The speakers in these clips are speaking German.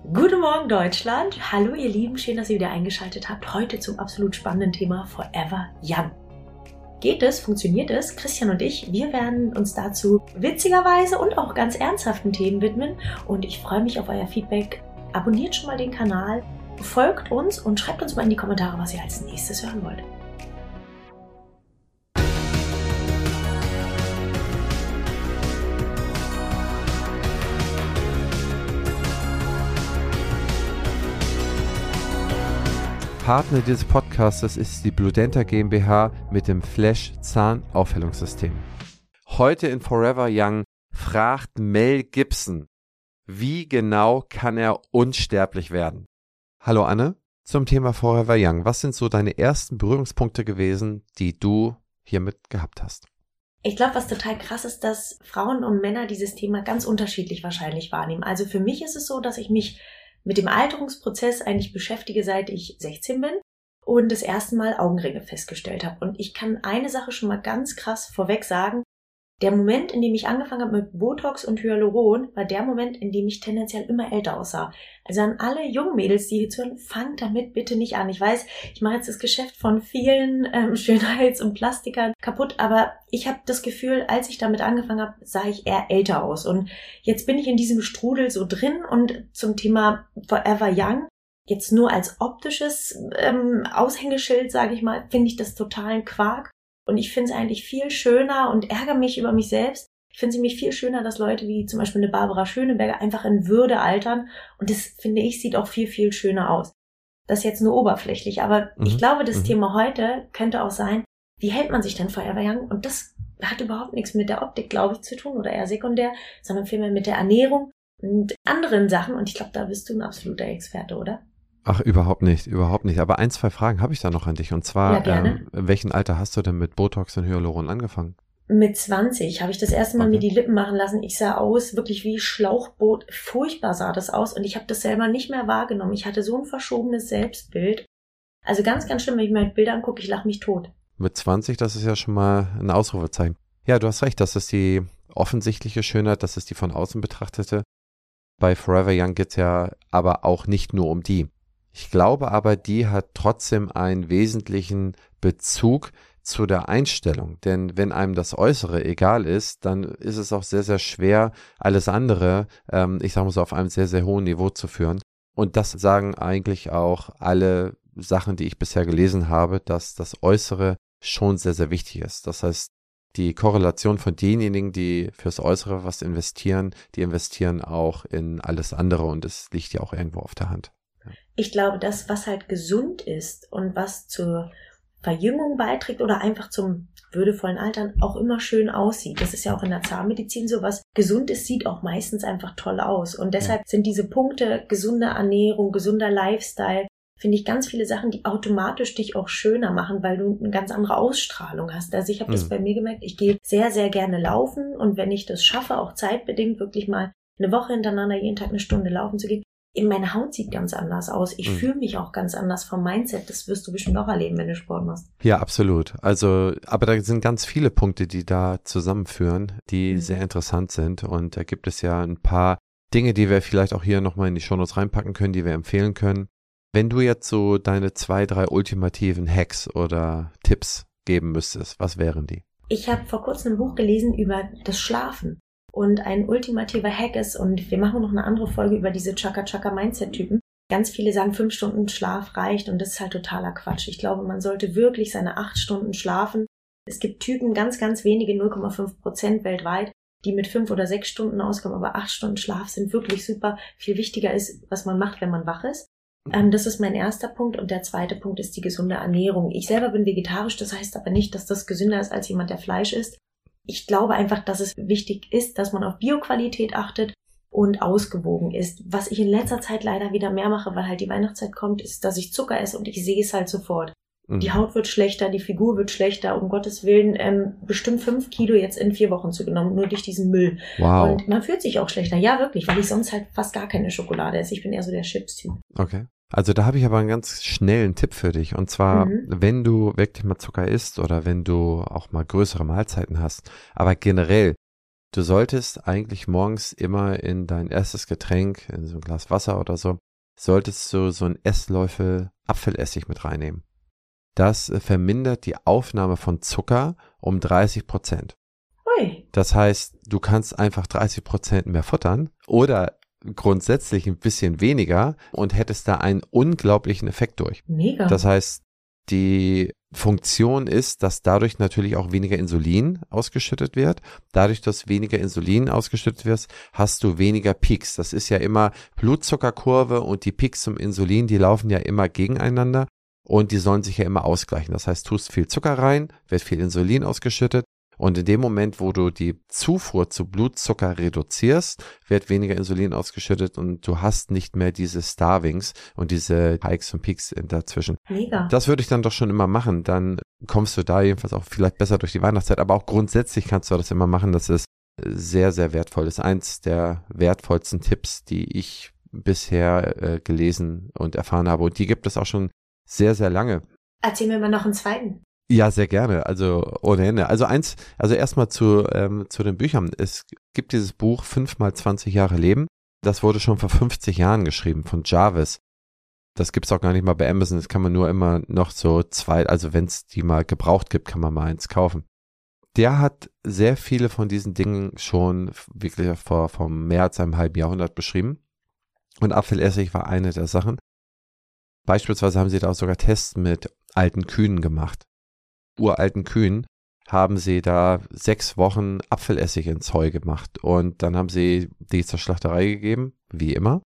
Guten Morgen Deutschland, hallo ihr Lieben, schön, dass ihr wieder eingeschaltet habt, heute zum absolut spannenden Thema Forever Young. Geht es, funktioniert es? Christian und ich, wir werden uns dazu witzigerweise und auch ganz ernsthaften Themen widmen und ich freue mich auf euer Feedback. Abonniert schon mal den Kanal, folgt uns und schreibt uns mal in die Kommentare, was ihr als nächstes hören wollt. Partner dieses Podcasts ist die Bludenta GmbH mit dem Flash Zahnaufhellungssystem. Heute in Forever Young fragt Mel Gibson, wie genau kann er unsterblich werden? Hallo Anne, zum Thema Forever Young. Was sind so deine ersten Berührungspunkte gewesen, die du hiermit gehabt hast? Ich glaube, was total krass ist, dass Frauen und Männer dieses Thema ganz unterschiedlich wahrscheinlich wahrnehmen. Also für mich ist es so, dass ich mich mit dem Alterungsprozess eigentlich beschäftige, seit ich 16 bin und das erste Mal Augenringe festgestellt habe. Und ich kann eine Sache schon mal ganz krass vorweg sagen. Der Moment, in dem ich angefangen habe mit Botox und Hyaluron, war der Moment, in dem ich tendenziell immer älter aussah. Also an alle jungen Mädels, die hier zuhören, fangt damit bitte nicht an. Ich weiß, ich mache jetzt das Geschäft von vielen Schönheits- und Plastikern kaputt, aber ich habe das Gefühl, als ich damit angefangen habe, sah ich eher älter aus. Und jetzt bin ich in diesem Strudel so drin und zum Thema Forever Young, jetzt nur als optisches Aushängeschild, sage ich mal, finde ich das totalen Quark. Und ich finde es eigentlich viel schöner und ärgere mich über mich selbst. Ich finde es nämlich viel schöner, dass Leute wie zum Beispiel eine Barbara Schöneberger einfach in Würde altern. Und das, finde ich, sieht auch viel, viel schöner aus. Das ist jetzt nur oberflächlich. Aber ich glaube, das Thema heute könnte auch sein, wie hält man sich denn Forever Young? Und das hat überhaupt nichts mit der Optik, glaube ich, zu tun oder eher sekundär, sondern vielmehr mit der Ernährung und anderen Sachen. Und ich glaube, da bist du ein absoluter Experte, oder? Ach, überhaupt nicht. Aber 1, 2 Fragen habe ich da noch an dich. Und zwar, in welchem Alter hast du denn mit Botox und Hyaluron angefangen? Mit 20 habe ich das erste Mal mir die Lippen machen lassen. Ich sah aus, wirklich wie Schlauchboot. Furchtbar sah das aus und ich habe das selber nicht mehr wahrgenommen. Ich hatte so ein verschobenes Selbstbild. Also ganz, ganz schlimm, wenn ich mir Bilder angucke, ich lache mich tot. Mit 20, das ist ja schon mal ein Ausrufezeichen. Ja, du hast recht, das ist die offensichtliche Schönheit, das ist die von außen betrachtete. Bei Forever Young geht es ja aber auch nicht nur um die. Ich glaube aber, die hat trotzdem einen wesentlichen Bezug zu der Einstellung. Denn wenn einem das Äußere egal ist, dann ist es auch sehr, sehr schwer, alles andere, ich sage mal so, auf einem sehr, sehr hohen Niveau zu führen. Und das sagen eigentlich auch alle Sachen, die ich bisher gelesen habe, dass das Äußere schon sehr, sehr wichtig ist. Das heißt, die Korrelation von denjenigen, die fürs Äußere was investieren, die investieren auch in alles andere und es liegt ja auch irgendwo auf der Hand. Ich glaube, das, was halt gesund ist und was zur Verjüngung beiträgt oder einfach zum würdevollen Altern auch immer schön aussieht. Das ist ja auch in der Zahnmedizin so, was gesund ist, sieht auch meistens einfach toll aus. Und deshalb sind diese Punkte gesunde Ernährung, gesunder Lifestyle, finde ich ganz viele Sachen, die automatisch dich auch schöner machen, weil du eine ganz andere Ausstrahlung hast. Also ich habe das bei mir gemerkt, ich gehe sehr, sehr gerne laufen und wenn ich das schaffe, auch zeitbedingt wirklich mal eine Woche hintereinander jeden Tag eine Stunde laufen zu gehen, meine Haut sieht ganz anders aus. Ich fühle mich auch ganz anders vom Mindset. Das wirst du bestimmt auch erleben, wenn du Sport machst. Ja, absolut. Also, aber da sind ganz viele Punkte, die da zusammenführen, die sehr interessant sind. Und da gibt es ja ein paar Dinge, die wir vielleicht auch hier nochmal in die Shownotes reinpacken können, die wir empfehlen können. Wenn du jetzt so deine 2, 3 ultimativen Hacks oder Tipps geben müsstest, was wären die? Ich habe vor kurzem ein Buch gelesen über das Schlafen. Und ein ultimativer Hack ist, und wir machen noch eine andere Folge über diese Chaka-Chaka-Mindset-Typen. Ganz viele sagen, 5 Stunden Schlaf reicht und das ist halt totaler Quatsch. Ich glaube, man sollte wirklich seine 8 Stunden schlafen. Es gibt Typen, ganz, ganz wenige, 0,5% weltweit, die mit 5 oder 6 Stunden auskommen, aber 8 Stunden Schlaf sind wirklich super. Viel wichtiger ist, was man macht, wenn man wach ist. Das ist mein erster Punkt und der zweite Punkt ist die gesunde Ernährung. Ich selber bin vegetarisch, das heißt aber nicht, dass das gesünder ist als jemand, der Fleisch isst. Ich glaube einfach, dass es wichtig ist, dass man auf Bioqualität achtet und ausgewogen ist. Was ich in letzter Zeit leider wieder mehr mache, weil halt die Weihnachtszeit kommt, ist, dass ich Zucker esse und ich sehe es halt sofort. Die Haut wird schlechter, die Figur wird schlechter, um Gottes Willen, bestimmt 5 Kilo jetzt in 4 Wochen zugenommen, nur durch diesen Müll. Wow. Und man fühlt sich auch schlechter. Ja, wirklich, weil ich sonst halt fast gar keine Schokolade esse. Ich bin eher so der Chips-Typ. Okay. Also da habe ich aber einen ganz schnellen Tipp für dich. Und zwar, wenn du wirklich mal Zucker isst oder wenn du auch mal größere Mahlzeiten hast, aber generell Du solltest eigentlich morgens immer in dein erstes Getränk, in so ein Glas Wasser oder so, solltest du so einen Esslöffel Apfelessig mit reinnehmen. Das vermindert die Aufnahme von Zucker um 30%. Ui. Das heißt, du kannst einfach 30% mehr futtern oder grundsätzlich ein bisschen weniger und hättest da einen unglaublichen Effekt durch. Mega. Das heißt, die Funktion ist, dass dadurch natürlich auch weniger Insulin ausgeschüttet wird. Dadurch, dass weniger Insulin ausgeschüttet wird, hast du weniger Peaks. Das ist ja immer Blutzuckerkurve und die Peaks zum Insulin, die laufen ja immer gegeneinander und die sollen sich ja immer ausgleichen. Das heißt, tust viel Zucker rein, wird viel Insulin ausgeschüttet. Und in dem Moment, wo du die Zufuhr zu Blutzucker reduzierst, wird weniger Insulin ausgeschüttet und du hast nicht mehr diese Starvings und diese Hikes und Peaks dazwischen. Mega. Das würde ich dann doch schon immer machen. Dann kommst du da jedenfalls auch vielleicht besser durch die Weihnachtszeit. Aber auch grundsätzlich kannst du das immer machen. Das ist sehr, sehr wertvoll. Das ist eins der wertvollsten Tipps, die ich bisher gelesen und erfahren habe. Und die gibt es auch schon sehr, sehr lange. Erzähl mir mal noch einen zweiten. Ja, sehr gerne. Also ohne Ende. Also erstmal zu den Büchern. Es gibt dieses Buch 5x20 Jahre Leben. Das wurde schon vor 50 Jahren geschrieben von Jarvis. Das gibt's auch gar nicht mal bei Amazon. Das kann man nur immer noch so also wenn es die mal gebraucht gibt, kann man mal eins kaufen. Der hat sehr viele von diesen Dingen schon wirklich vor mehr als einem halben Jahrhundert beschrieben. Und Apfelessig war eine der Sachen. Beispielsweise haben sie da auch sogar Tests mit alten Kühen gemacht. Uralten Kühen haben sie da 6 Wochen Apfelessig ins Heu gemacht und dann haben sie die zur Schlachterei gegeben, wie immer.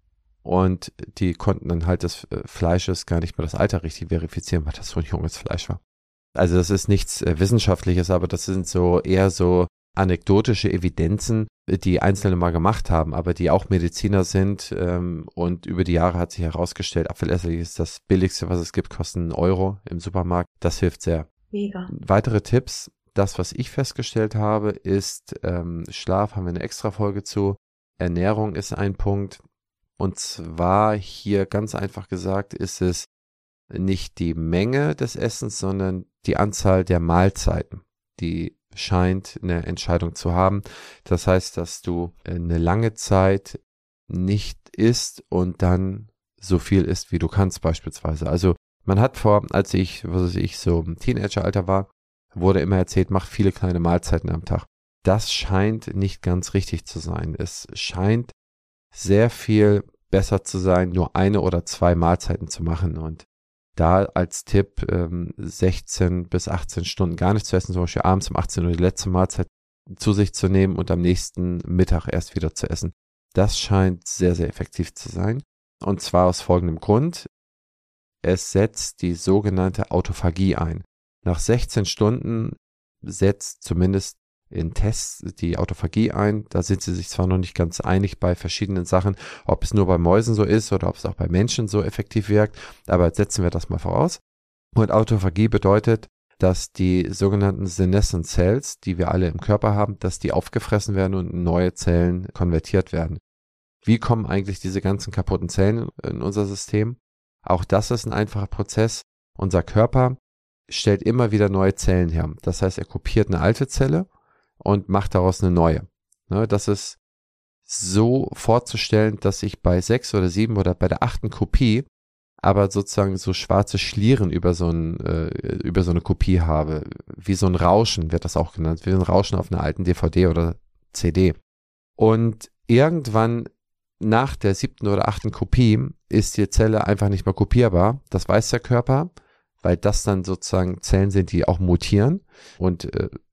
Und die konnten dann halt des Fleisches gar nicht mehr das Alter richtig verifizieren, weil das so ein junges Fleisch war. Also das ist nichts Wissenschaftliches, aber das sind so eher so anekdotische Evidenzen, die Einzelne mal gemacht haben, aber die auch Mediziner sind und über die Jahre hat sich herausgestellt, Apfelessig ist das billigste, was es gibt, kostet 1 Euro im Supermarkt. Das hilft sehr. Mega. Weitere Tipps, das, was ich festgestellt habe, ist Schlaf, haben wir eine extra Folge zu. Ernährung ist ein Punkt. Und zwar hier ganz einfach gesagt, ist es nicht die Menge des Essens, sondern die Anzahl der Mahlzeiten, die scheint eine Entscheidung zu haben. Das heißt, dass du eine lange Zeit nicht isst und dann so viel isst, wie du kannst beispielsweise. Also man hat als ich so im Teenageralter war, wurde immer erzählt, mach viele kleine Mahlzeiten am Tag. Das scheint nicht ganz richtig zu sein. Es scheint sehr viel besser zu sein, nur 1 oder 2 Mahlzeiten zu machen und da als Tipp 16 bis 18 Stunden gar nicht zu essen, zum Beispiel abends um 18 Uhr die letzte Mahlzeit zu sich zu nehmen und am nächsten Mittag erst wieder zu essen. Das scheint sehr, sehr effektiv zu sein. Und zwar aus folgendem Grund. Es setzt die sogenannte Autophagie ein. Nach 16 Stunden setzt zumindest in Tests die Autophagie ein. Da sind sie sich zwar noch nicht ganz einig bei verschiedenen Sachen, ob es nur bei Mäusen so ist oder ob es auch bei Menschen so effektiv wirkt, aber jetzt setzen wir das mal voraus. Und Autophagie bedeutet, dass die sogenannten Senescent Cells, die wir alle im Körper haben, dass die aufgefressen werden und in neue Zellen konvertiert werden. Wie kommen eigentlich diese ganzen kaputten Zellen in unser System? Auch das ist ein einfacher Prozess. Unser Körper stellt immer wieder neue Zellen her. Das heißt, er kopiert eine alte Zelle und macht daraus eine neue. Das ist so vorzustellen, dass ich bei 6 oder 7 oder bei der 8. Kopie aber sozusagen so schwarze Schlieren über so eine Kopie habe. Wie so ein Rauschen wird das auch genannt. Wie ein Rauschen auf einer alten DVD oder CD. Und irgendwann nach der 7. oder 8. Kopie ist die Zelle einfach nicht mehr kopierbar. Das weiß der Körper, weil das dann sozusagen Zellen sind, die auch mutieren und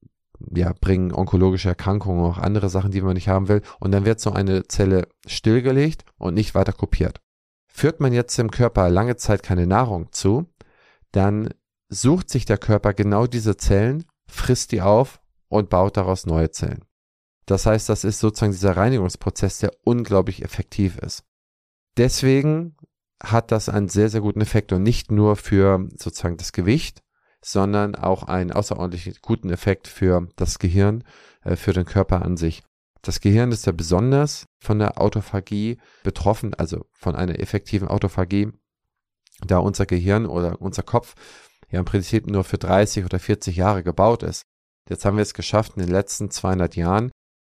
bringen onkologische Erkrankungen, auch andere Sachen, die man nicht haben will. Und dann wird so eine Zelle stillgelegt und nicht weiter kopiert. Führt man jetzt dem Körper lange Zeit keine Nahrung zu, dann sucht sich der Körper genau diese Zellen, frisst die auf und baut daraus neue Zellen. Das heißt, das ist sozusagen dieser Reinigungsprozess, der unglaublich effektiv ist. Deswegen hat das einen sehr, sehr guten Effekt und nicht nur für sozusagen das Gewicht, sondern auch einen außerordentlich guten Effekt für das Gehirn, für den Körper an sich. Das Gehirn ist ja besonders von der Autophagie betroffen, also von einer effektiven Autophagie, da unser Gehirn oder unser Kopf ja im Prinzip nur für 30 oder 40 Jahre gebaut ist. Jetzt haben wir es geschafft, in den letzten 200 Jahren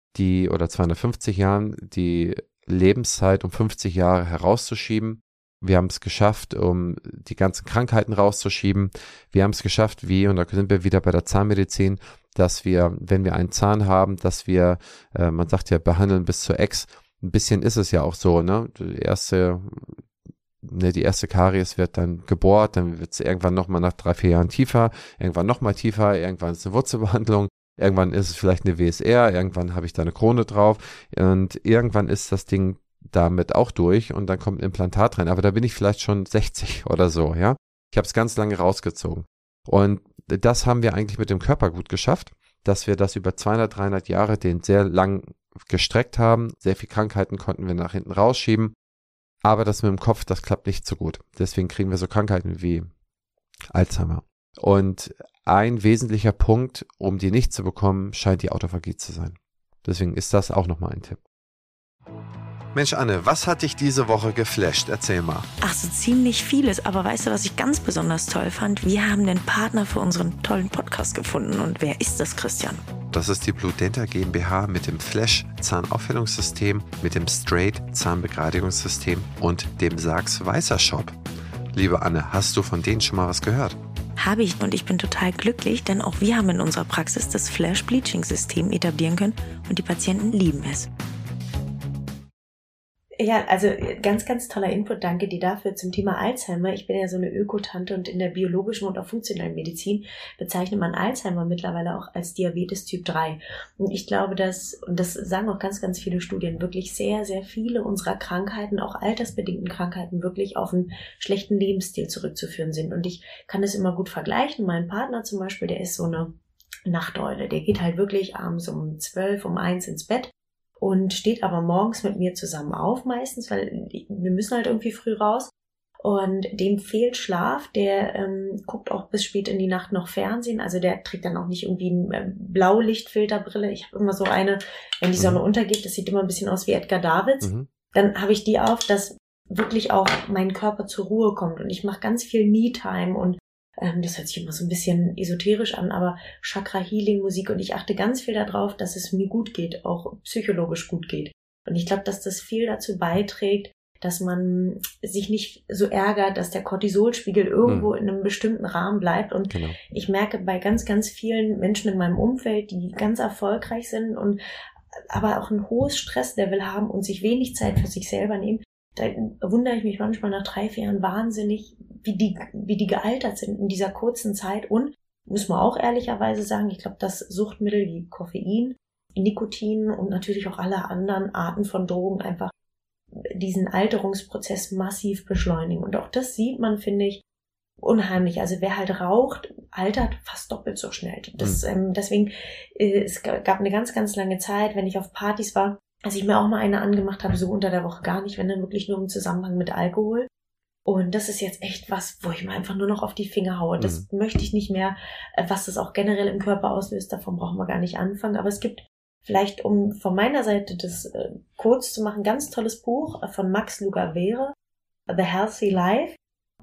oder 250 Jahren die Lebenszeit um 50 Jahre herauszuschieben. Wir haben es geschafft, um die ganzen Krankheiten rauszuschieben. Wir haben es geschafft, und da sind wir wieder bei der Zahnmedizin, dass wir, wenn wir einen Zahn haben, dass wir, man sagt ja, behandeln bis zur Ex. Ein bisschen ist es ja auch so, ne? Die erste Karies wird dann gebohrt, dann wird es irgendwann nochmal nach 3-4 Jahren tiefer, irgendwann nochmal tiefer, irgendwann ist eine Wurzelbehandlung, irgendwann ist es vielleicht eine WSR, irgendwann habe ich da eine Krone drauf und irgendwann ist das Ding damit auch durch und dann kommt ein Implantat rein. Aber da bin ich vielleicht schon 60 oder so, ja. Ich habe es ganz lange rausgezogen. Und das haben wir eigentlich mit dem Körper gut geschafft, dass wir das über 200, 300 Jahre den sehr lang gestreckt haben. Sehr viele Krankheiten konnten wir nach hinten rausschieben. Aber das mit dem Kopf, das klappt nicht so gut. Deswegen kriegen wir so Krankheiten wie Alzheimer. Und ein wesentlicher Punkt, um die nicht zu bekommen, scheint die Autophagie zu sein. Deswegen ist das auch nochmal ein Tipp. Mensch, Anne, was hat dich diese Woche geflasht? Erzähl mal. Ach, so ziemlich vieles. Aber weißt du, was ich ganz besonders toll fand? Wir haben den Partner für unseren tollen Podcast gefunden. Und wer ist das, Christian? Das ist die Bludenta GmbH mit dem Flash Zahnaufhellungssystem, mit dem Straight Zahnbegradigungssystem und dem Sachs Weißer Shop. Liebe Anne, hast du von denen schon mal was gehört? Habe ich und ich bin total glücklich, denn auch wir haben in unserer Praxis das Flash Bleaching System etablieren können und die Patienten lieben es. Ja, also ganz, ganz toller Input. Danke dir dafür zum Thema Alzheimer. Ich bin ja so eine Ökotante und in der biologischen und auch funktionellen Medizin bezeichnet man Alzheimer mittlerweile auch als Diabetes Typ 3. Und ich glaube, und das sagen auch ganz, ganz viele Studien, wirklich sehr, sehr viele unserer Krankheiten, auch altersbedingten Krankheiten, wirklich auf einen schlechten Lebensstil zurückzuführen sind. Und ich kann das immer gut vergleichen. Mein Partner zum Beispiel, der ist so eine Nachteule. Der geht halt wirklich abends um 12, um 1 ins Bett. Und steht aber morgens mit mir zusammen auf meistens, weil wir müssen halt irgendwie früh raus. Und dem fehlt Schlaf, der guckt auch bis spät in die Nacht noch Fernsehen. Also der trägt dann auch nicht irgendwie eine Blaulichtfilterbrille. Ich habe immer so eine, wenn die Sonne untergeht, das sieht immer ein bisschen aus wie Edgar Davids. Dann habe ich die auf, dass wirklich auch mein Körper zur Ruhe kommt. Und ich mache ganz viel Me-Time und das hört sich immer so ein bisschen esoterisch an, aber Chakra-Healing-Musik und ich achte ganz viel darauf, dass es mir gut geht, auch psychologisch gut geht. Und ich glaube, dass das viel dazu beiträgt, dass man sich nicht so ärgert, dass der Cortisolspiegel irgendwo in einem bestimmten Rahmen bleibt. Und ich merke bei ganz, ganz vielen Menschen in meinem Umfeld, die ganz erfolgreich sind und aber auch ein hohes Stresslevel haben und sich wenig Zeit für sich selber nehmen, da wundere ich mich manchmal nach 3-4 Jahren wahnsinnig, wie die gealtert sind in dieser kurzen Zeit. Und, muss man auch ehrlicherweise sagen, ich glaube, dass Suchtmittel wie Koffein, Nikotin und natürlich auch alle anderen Arten von Drogen einfach diesen Alterungsprozess massiv beschleunigen. Und auch das sieht man, finde ich, unheimlich. Also wer halt raucht, altert fast doppelt so schnell. Deswegen, es gab eine ganz, ganz lange Zeit, wenn ich auf Partys war, als ich mir auch mal eine angemacht habe, so unter der Woche gar nicht, wenn dann wirklich nur im Zusammenhang mit Alkohol. Und das ist jetzt echt was, wo ich mir einfach nur noch auf die Finger haue. Das möchte ich nicht mehr, was das auch generell im Körper auslöst, davon brauchen wir gar nicht anfangen. Aber es gibt vielleicht, um von meiner Seite das kurz zu machen, ganz tolles Buch von Max Lugavere, The Healthy Life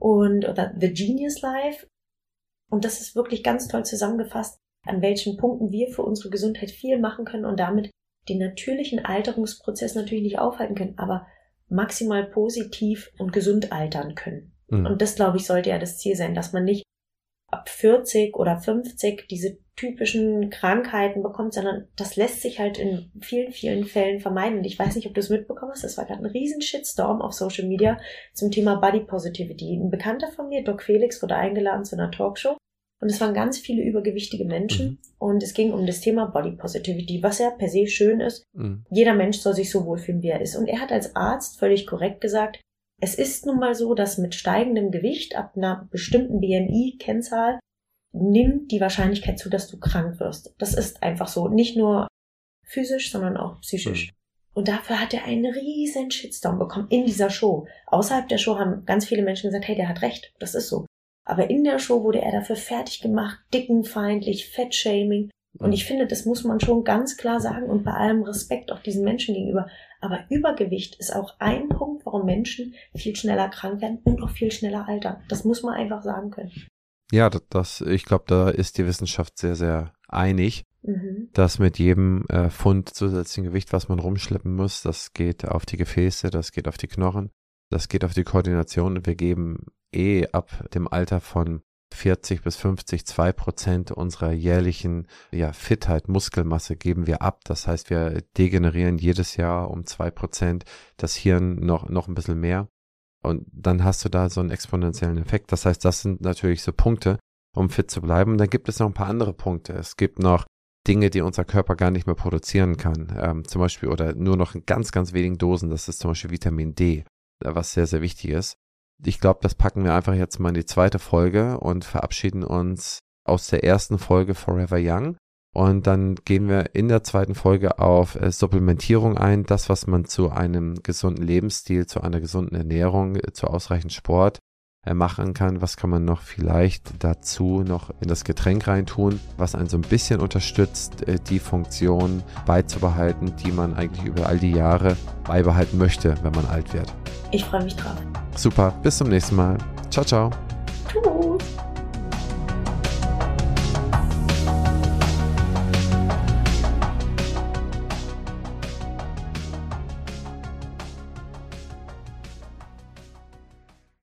oder The Genius Life. Und das ist wirklich ganz toll zusammengefasst, an welchen Punkten wir für unsere Gesundheit viel machen können und damit den natürlichen Alterungsprozess natürlich nicht aufhalten können, aber maximal positiv und gesund altern können. Und das, glaube ich, sollte ja das Ziel sein, dass man nicht ab 40 oder 50 diese typischen Krankheiten bekommt, sondern das lässt sich halt in vielen, vielen Fällen vermeiden. Und ich weiß nicht, ob du es mitbekommen hast, das war gerade ein riesen Shitstorm auf Social Media zum Thema Body Positivity. Ein Bekannter von mir, Doc Felix, wurde eingeladen zu einer Talkshow. Und es waren ganz viele übergewichtige Menschen und es ging um das Thema Body Positivity, was ja per se schön ist. Jeder Mensch soll sich so wohlfühlen, wie er ist. Und er hat als Arzt völlig korrekt gesagt, es ist nun mal so, dass mit steigendem Gewicht ab einer bestimmten BMI-Kennzahl nimmt die Wahrscheinlichkeit zu, dass du krank wirst. Das ist einfach so, nicht nur physisch, sondern auch psychisch. Und dafür hat er einen riesen Shitstorm bekommen in dieser Show. Außerhalb der Show haben ganz viele Menschen gesagt, hey, der hat recht, das ist so. Aber in der Show wurde er dafür fertig gemacht, dickenfeindlich, Fettshaming. Und ich finde, das muss man schon ganz klar sagen und bei allem Respekt auch diesen Menschen gegenüber. Aber Übergewicht ist auch ein Punkt, warum Menschen viel schneller krank werden und auch viel schneller altern. Das muss man einfach sagen können. Ja, ich glaube, da ist die Wissenschaft sehr, sehr einig. dass mit jedem Pfund zusätzlichen Gewicht, was man rumschleppen muss, das geht auf die Gefäße, das geht auf die Knochen, das geht auf die Koordination und wir geben ab dem Alter von 40 bis 50 2% unserer jährlichen Fitheit, Muskelmasse geben wir ab. Das heißt, wir degenerieren jedes Jahr um 2%, das Hirn noch ein bisschen mehr. Und dann hast du da so einen exponentiellen Effekt. Das heißt, das sind natürlich so Punkte, um fit zu bleiben. Und dann gibt es noch ein paar andere Punkte. Es gibt noch Dinge, die unser Körper gar nicht mehr produzieren kann. Zum Beispiel oder nur noch in ganz, ganz wenigen Dosen. Das ist zum Beispiel Vitamin D, was sehr, sehr wichtig ist. Ich glaube, das packen wir einfach jetzt mal in die zweite Folge und verabschieden uns aus der ersten Folge Forever Young. Und dann gehen wir in der zweiten Folge auf Supplementierung ein, das, was man zu einem gesunden Lebensstil, zu einer gesunden Ernährung, zu ausreichend Sport machen kann. Was kann man noch vielleicht dazu noch in das Getränk reintun, was einen so ein bisschen unterstützt, die Funktion beizubehalten, die man eigentlich über all die Jahre beibehalten möchte, wenn man alt wird. Ich freue mich drauf. Super, bis zum nächsten Mal. Ciao, ciao. Tschüss.